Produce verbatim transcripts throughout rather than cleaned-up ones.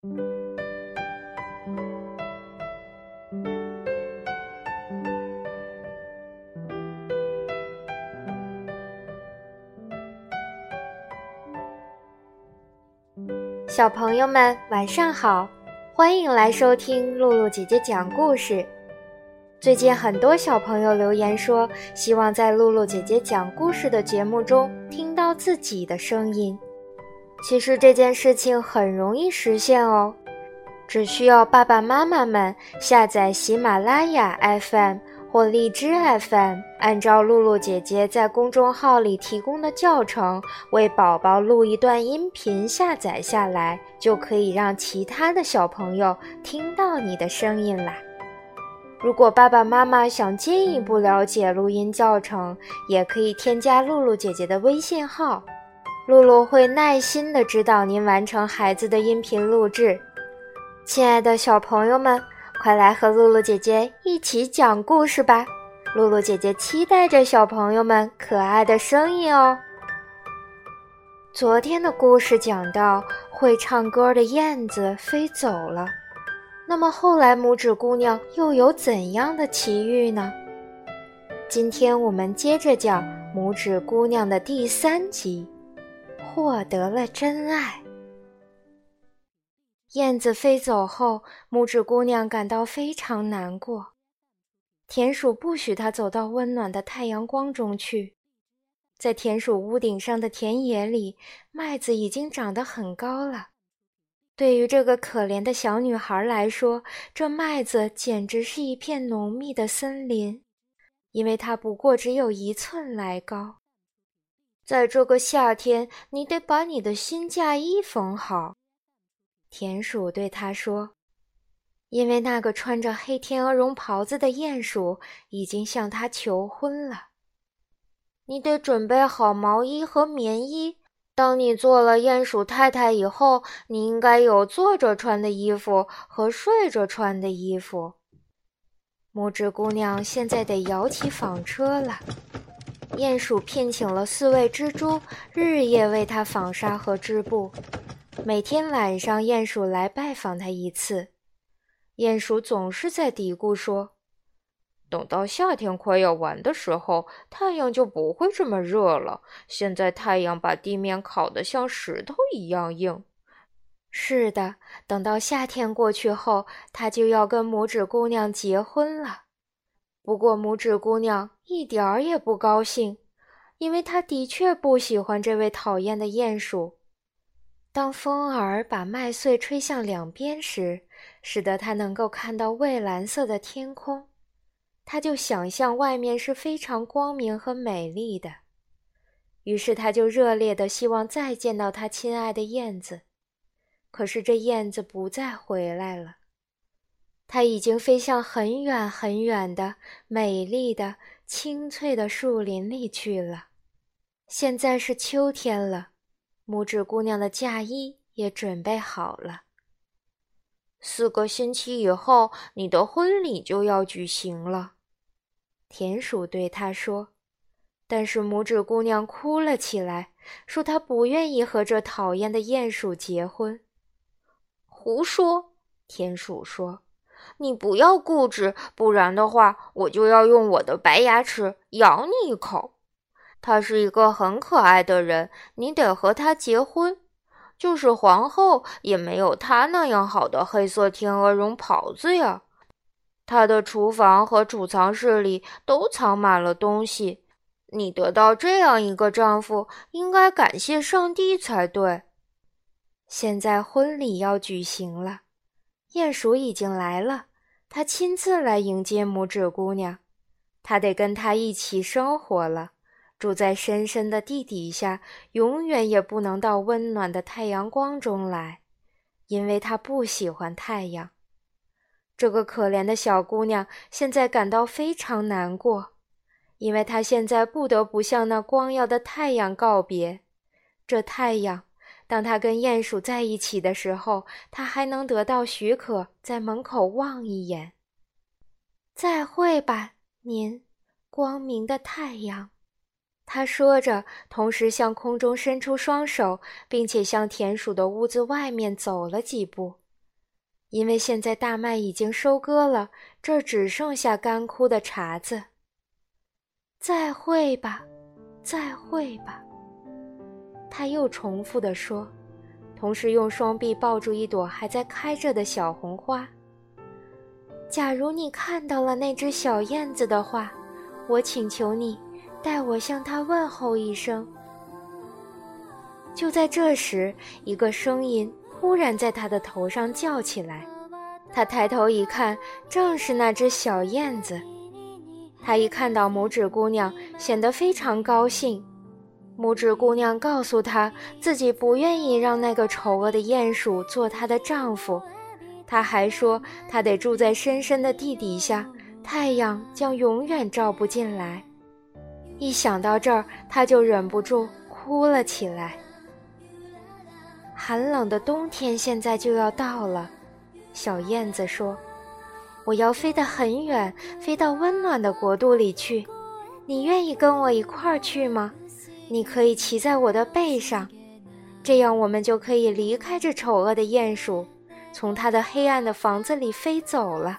小朋友们晚上好，欢迎来收听露露姐姐讲故事。最近很多小朋友留言说，希望在露露姐姐讲故事的节目中听到自己的声音。其实这件事情很容易实现哦，只需要爸爸妈妈们下载喜马拉雅 F M 或荔枝 F M， 按照露露姐姐在公众号里提供的教程，为宝宝录一段音频下载下来，就可以让其他的小朋友听到你的声音啦。如果爸爸妈妈想进一步了解录音教程，也可以添加露露姐姐的微信号，露露会耐心地指导您完成孩子的音频录制。亲爱的小朋友们，快来和露露姐姐一起讲故事吧！露露姐姐期待着小朋友们可爱的声音哦。昨天的故事讲到，会唱歌的燕子飞走了，那么后来拇指姑娘又有怎样的奇遇呢？今天我们接着讲拇指姑娘的第三集，获得了真爱。燕子飞走后，拇指姑娘感到非常难过。田鼠不许她走到温暖的太阳光中去。在田鼠屋顶上的田野里，麦子已经长得很高了。对于这个可怜的小女孩来说，这麦子简直是一片浓密的森林，因为它不过只有一寸来高。在这个夏天，你得把你的新嫁衣缝好。田鼠对他说，因为那个穿着黑天鹅绒袍子的鼹鼠已经向他求婚了。你得准备好毛衣和棉衣，当你做了鼹鼠太太以后，你应该有坐着穿的衣服和睡着穿的衣服。拇指姑娘现在得摇起纺车了。鼹鼠聘请了四位蜘蛛，日夜为她纺纱和织布。每天晚上鼹鼠来拜访他一次，鼹鼠总是在嘀咕说，等到夏天快要完的时候，太阳就不会这么热了，现在太阳把地面烤得像石头一样硬。是的，等到夏天过去后，他就要跟拇指姑娘结婚了。不过拇指姑娘一点儿也不高兴，因为她的确不喜欢这位讨厌的鼹鼠。当风儿把麦穗吹向两边时，使得他能够看到蔚蓝色的天空，他就想象外面是非常光明和美丽的。于是他就热烈地希望再见到他亲爱的燕子。可是这燕子不再回来了，它已经飞向很远很远的美丽的青翠的树林里去了。现在是秋天了，拇指姑娘的嫁衣也准备好了。四个星期以后，你的婚礼就要举行了，田鼠对她说。但是拇指姑娘哭了起来，说她不愿意和这讨厌的鼹鼠结婚。胡说，田鼠说，你不要固执，不然的话，我就要用我的白牙齿咬你一口。他是一个很可爱的人，你得和他结婚。就是皇后也没有他那样好的黑色天鹅绒袍子呀。他的厨房和储藏室里都藏满了东西。你得到这样一个丈夫，应该感谢上帝才对。现在婚礼要举行了，鼹鼠已经来了，他亲自来迎接拇指姑娘。他得跟她一起生活了。住在深深的地底下，永远也不能到温暖的太阳光中来，因为她不喜欢太阳。这个可怜的小姑娘现在感到非常难过，因为她现在不得不向那光耀的太阳告别。这太阳，当她跟鼹鼠在一起的时候，她还能得到许可在门口望一眼。再会吧，您，光明的太阳。他说着，同时向空中伸出双手，并且向田鼠的屋子外面走了几步。 因为现在大麦已经收割了，这儿只剩下干枯的茬子。再会吧，再会吧，他又重复地说，同时用双臂抱住一朵还在开着的小红花。假如你看到了那只小燕子的话，我请求你代我向它问候一声。就在这时，一个声音忽然在他的头上叫起来，他抬头一看，正是那只小燕子。他一看到拇指姑娘，显得非常高兴。拇指姑娘告诉他，自己不愿意让那个丑恶的鼹鼠做她的丈夫，她还说她得住在深深的地底下，太阳将永远照不进来。一想到这儿，她就忍不住哭了起来。寒冷的冬天现在就要到了，小燕子说，我要飞得很远，飞到温暖的国度里去，你愿意跟我一块儿去吗？你可以骑在我的背上，这样我们就可以离开这丑恶的鼹鼠，从它的黑暗的房子里飞走了。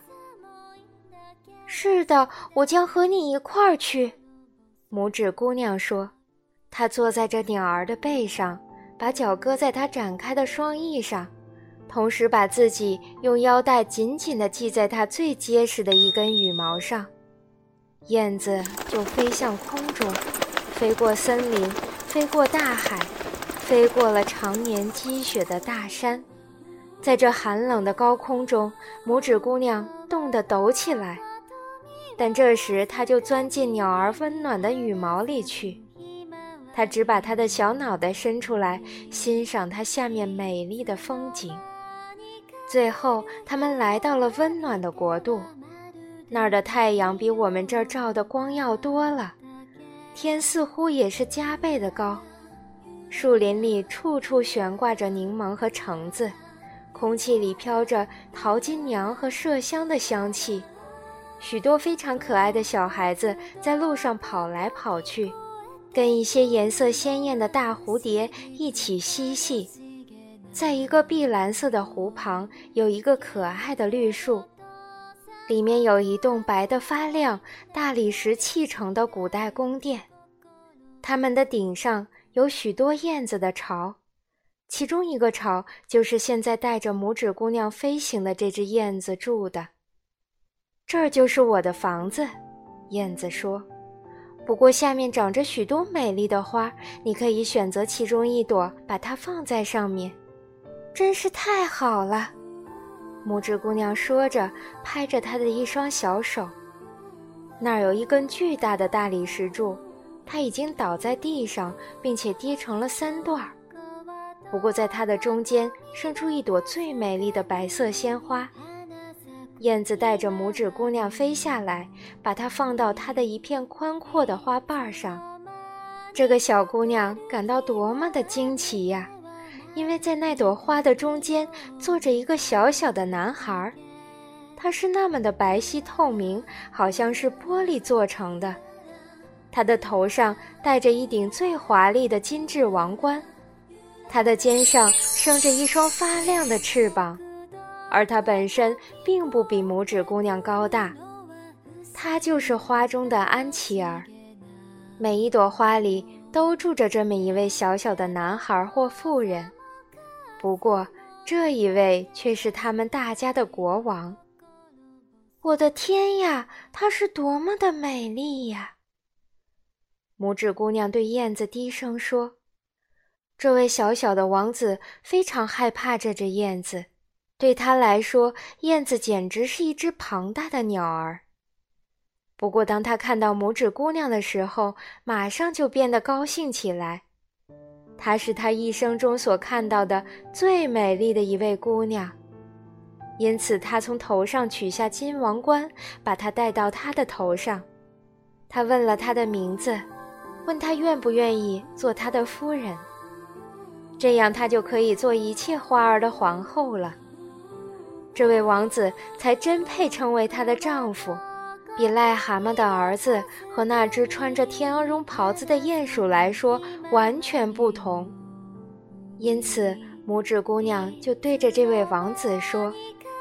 是的，我将和你一块儿去，拇指姑娘说。她坐在这鸟儿的背上，把脚搁在它展开的双翼上，同时把自己用腰带紧紧地系在它最结实的一根羽毛上。燕子就飞向空中，飞过森林，飞过大海，飞过了常年积雪的大山。在这寒冷的高空中，拇指姑娘冻得抖起来，但这时她就钻进鸟儿温暖的羽毛里去。她只把她的小脑袋伸出来，欣赏它下面美丽的风景。最后，他们来到了温暖的国度，那儿的太阳比我们这儿照的光耀多了，天似乎也是加倍的高。树林里处处悬挂着柠檬和橙子，空气里飘着桃金娘和麝香的香气。许多非常可爱的小孩子在路上跑来跑去，跟一些颜色鲜艳的大蝴蝶一起嬉戏。在一个碧蓝色的湖旁，有一个可爱的绿树，里面有一栋白得发亮、大理石砌成的古代宫殿，它们的顶上有许多燕子的巢，其中一个巢就是现在带着拇指姑娘飞行的这只燕子住的。这儿就是我的房子，燕子说，不过下面长着许多美丽的花，你可以选择其中一朵，把它放在上面。真是太好了，拇指姑娘说着，拍着她的一双小手。那儿有一根巨大的大理石柱，它已经倒在地上，并且跌成了三段。不过在它的中间生出一朵最美丽的白色鲜花。燕子带着拇指姑娘飞下来，把它放到它的一片宽阔的花瓣上。这个小姑娘感到多么的惊奇呀！因为在那朵花的中间坐着一个小小的男孩，他是那么的白皙透明，好像是玻璃做成的。他的头上戴着一顶最华丽的金质王冠，他的肩上生着一双发亮的翅膀，而他本身并不比拇指姑娘高大。他就是花中的安琪儿。每一朵花里都住着这么一位小小的男孩或妇人，不过这一位却是他们大家的国王。我的天呀，她是多么的美丽呀！拇指姑娘对燕子低声说。这位小小的王子非常害怕这只燕子，对他来说，燕子简直是一只庞大的鸟儿。不过当他看到拇指姑娘的时候，马上就变得高兴起来。她是他一生中所看到的最美丽的一位姑娘，因此他从头上取下金王冠，把它戴到她的头上。他问了她的名字，问她愿不愿意做他的夫人，这样她就可以做一切花儿的皇后了。这位王子才真配称为她的丈夫，比癞蛤蟆的儿子和那只穿着天鹅绒袍子的鼹鼠来说完全不同。因此拇指姑娘就对着这位王子说，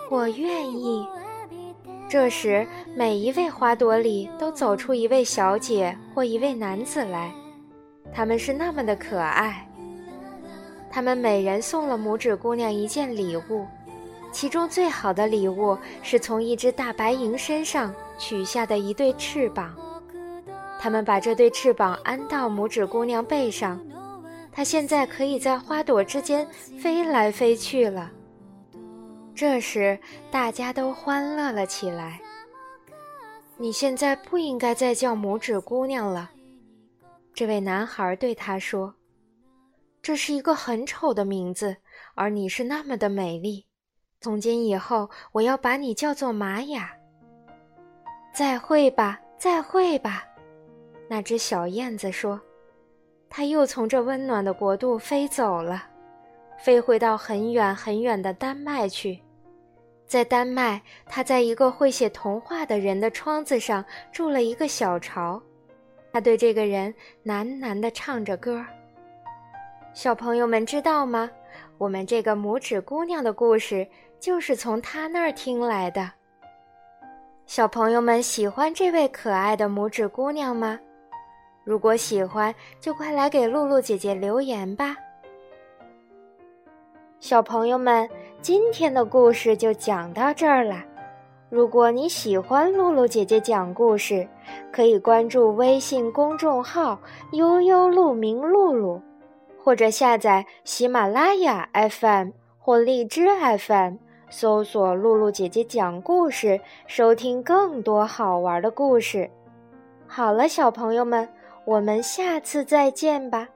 我愿意。这时，每一位花朵里都走出一位小姐或一位男子来，他们是那么的可爱。他们每人送了拇指姑娘一件礼物，其中最好的礼物是从一只大白蝇身上取下的一对翅膀。他们把这对翅膀安到拇指姑娘背上，她现在可以在花朵之间飞来飞去了。这时，大家都欢乐了起来。你现在不应该再叫拇指姑娘了，这位男孩对她说。这是一个很丑的名字，而你是那么的美丽。从今以后，我要把你叫做玛雅。再会吧，再会吧，那只小燕子说。它又从这温暖的国度飞走了，飞回到很远很远的丹麦去。在丹麦，他在一个会写童话的人的窗子上筑了一个小巢，他对这个人喃喃地唱着歌。小朋友们知道吗？我们这个拇指姑娘的故事就是从她那儿听来的。小朋友们喜欢这位可爱的拇指姑娘吗？如果喜欢，就快来给露露姐姐留言吧。小朋友们，今天的故事就讲到这儿了。如果你喜欢露露姐姐讲故事，可以关注微信公众号悠悠鹿鸣露露，或者下载喜马拉雅 F M 或荔枝 F M， 搜索露露姐姐讲故事，收听更多好玩的故事。好了，小朋友们，我们下次再见吧。